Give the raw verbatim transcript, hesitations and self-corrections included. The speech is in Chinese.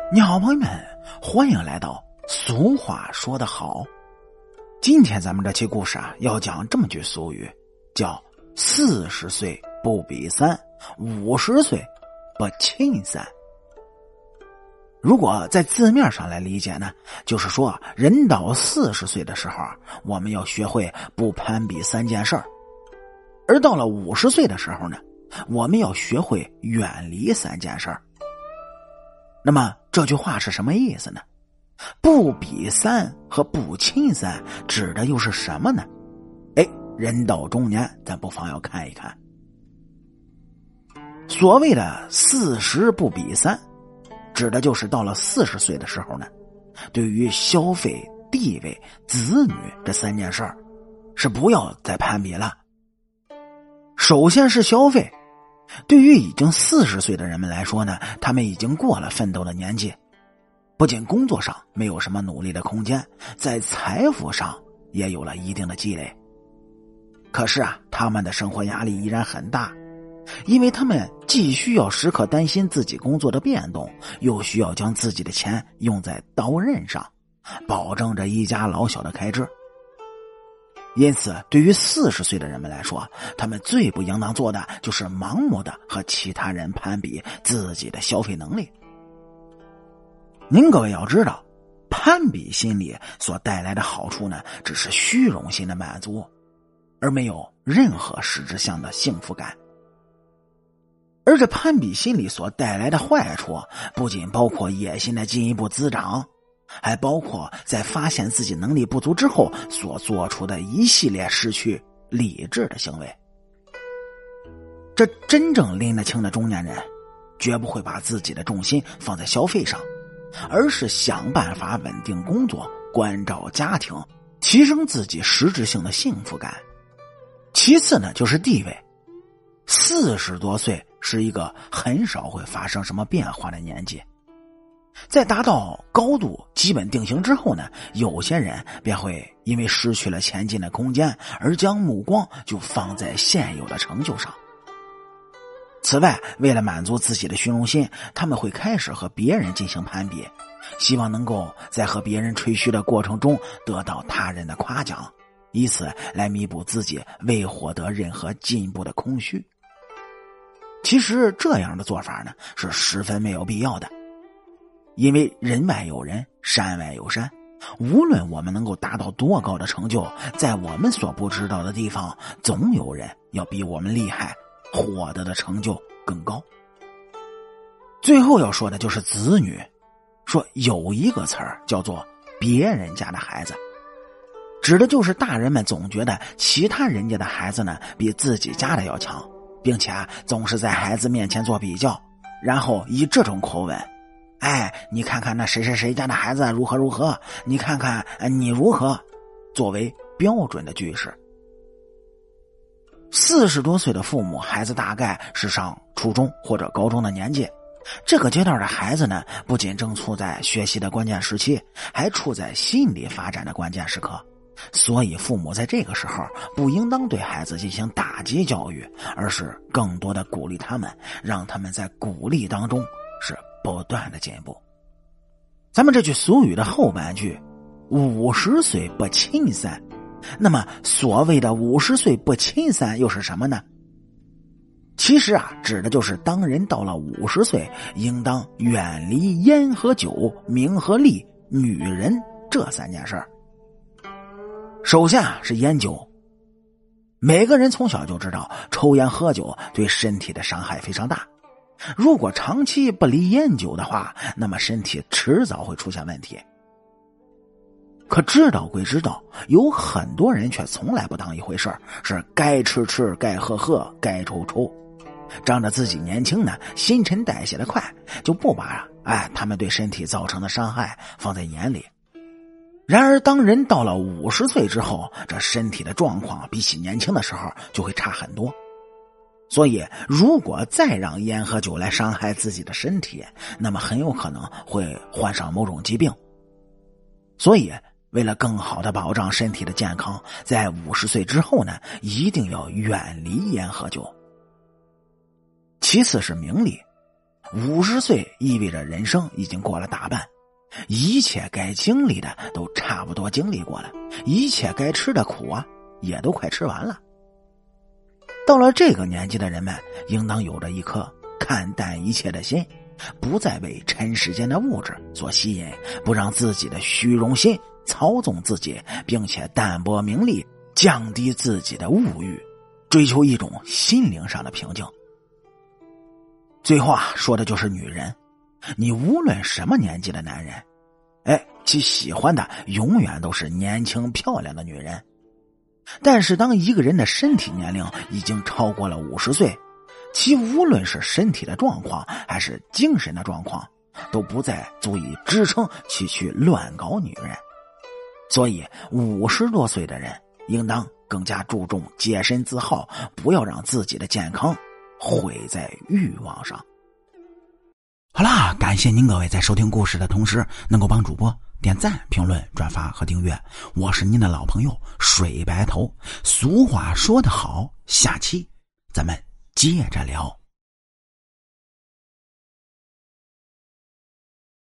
你好，朋友们，欢迎来到俗话说得好。今天咱们这期故事啊，要讲这么句俗语，叫四十岁不比三，五十岁不亲三。如果在字面上来理解呢，就是说人到四十岁的时候啊，我们要学会不攀比三件事儿，而到了五十岁的时候呢，我们要学会远离三件事儿。那么这句话是什么意思呢？不比三和不亲三指的又是什么呢？哎，人到中年，咱不妨要看一看。所谓的四十不比三，指的就是到了四十岁的时候呢，对于消费、地位、子女这三件事儿，是不要再攀比了。首先是消费，对于已经四十岁的人们来说呢，他们已经过了奋斗的年纪，不仅工作上没有什么努力的空间，在财富上也有了一定的积累。可是啊，他们的生活压力依然很大，因为他们既需要时刻担心自己工作的变动，又需要将自己的钱用在刀刃上，保证着一家老小的开支。因此对于四十岁的人们来说，他们最不应当做的就是盲目的和其他人攀比自己的消费能力。您各位要知道，攀比心理所带来的好处呢，只是虚荣心的满足，而没有任何实质上的幸福感。而这攀比心理所带来的坏处，不仅包括野心的进一步滋长，还包括在发现自己能力不足之后所做出的一系列失去理智的行为。这真正拎得清的中年人，绝不会把自己的重心放在消费上，而是想办法稳定工作，关照家庭，提升自己实质性的幸福感。其次呢，就是地位。四十多岁是一个很少会发生什么变化的年纪，在达到高度基本定型之后呢，有些人便会因为失去了前进的空间，而将目光就放在现有的成就上。此外，为了满足自己的虚荣心，他们会开始和别人进行攀比，希望能够在和别人吹嘘的过程中得到他人的夸奖，以此来弥补自己未获得任何进步的空虚。其实这样的做法呢，是十分没有必要的。因为人外有人，山外有山，无论我们能够达到多高的成就，在我们所不知道的地方，总有人要比我们厉害，获得的成就更高。最后要说的就是子女，说有一个词儿叫做别人家的孩子，指的就是大人们总觉得其他人家的孩子呢比自己家的要强，并且啊总是在孩子面前做比较，然后以这种口吻，哎，你看看那谁谁谁家的孩子如何如何，你看看你如何，作为标准的句式。四十多岁的父母，孩子大概是上初中或者高中的年纪，这个阶段的孩子呢，不仅正处在学习的关键时期，还处在心理发展的关键时刻。所以父母在这个时候不应当对孩子进行打击教育，而是更多的鼓励他们，让他们在鼓励当中是不断的进步。咱们这句俗语的后半句，五十岁不亲三，那么所谓的五十岁不亲三又是什么呢？其实啊，指的就是当人到了五十岁，应当远离烟和酒、名和利、女人这三件事儿。首先啊，是烟酒。每个人从小就知道，抽烟喝酒对身体的伤害非常大。如果长期不离烟酒的话，那么身体迟早会出现问题。可知道归知道，有很多人却从来不当一回事儿，是该吃吃，该喝喝，该抽抽，仗着自己年轻呢，新陈代谢的快，就不把哎他们对身体造成的伤害放在眼里。然而当人到了五十岁之后，这身体的状况比起年轻的时候就会差很多。所以如果再让烟和酒来伤害自己的身体，那么很有可能会患上某种疾病。所以为了更好的保障身体的健康，在五十岁之后呢，一定要远离烟和酒。其次是名利， 五十岁意味着人生已经过了大半，一切该经历的都差不多经历过了，一切该吃的苦啊也都快吃完了。到了这个年纪的人们，应当有着一颗看淡一切的心，不再被尘世间的物质所吸引，不让自己的虚荣心操纵自己，并且淡泊名利，降低自己的物欲，追求一种心灵上的平静。最后啊，说的就是女人，你无论什么年纪的男人，哎，其喜欢的永远都是年轻漂亮的女人。但是当一个人的身体年龄已经超过了五十岁，其无论是身体的状况还是精神的状况，都不再足以支撑其去乱搞女人。所以五十多岁的人应当更加注重洁身自好，不要让自己的健康毁在欲望上。好啦，感谢您各位在收听故事的同时能够帮主播点赞、评论、转发和订阅。我是您的老朋友水白头。俗话说得好，下期咱们接着聊。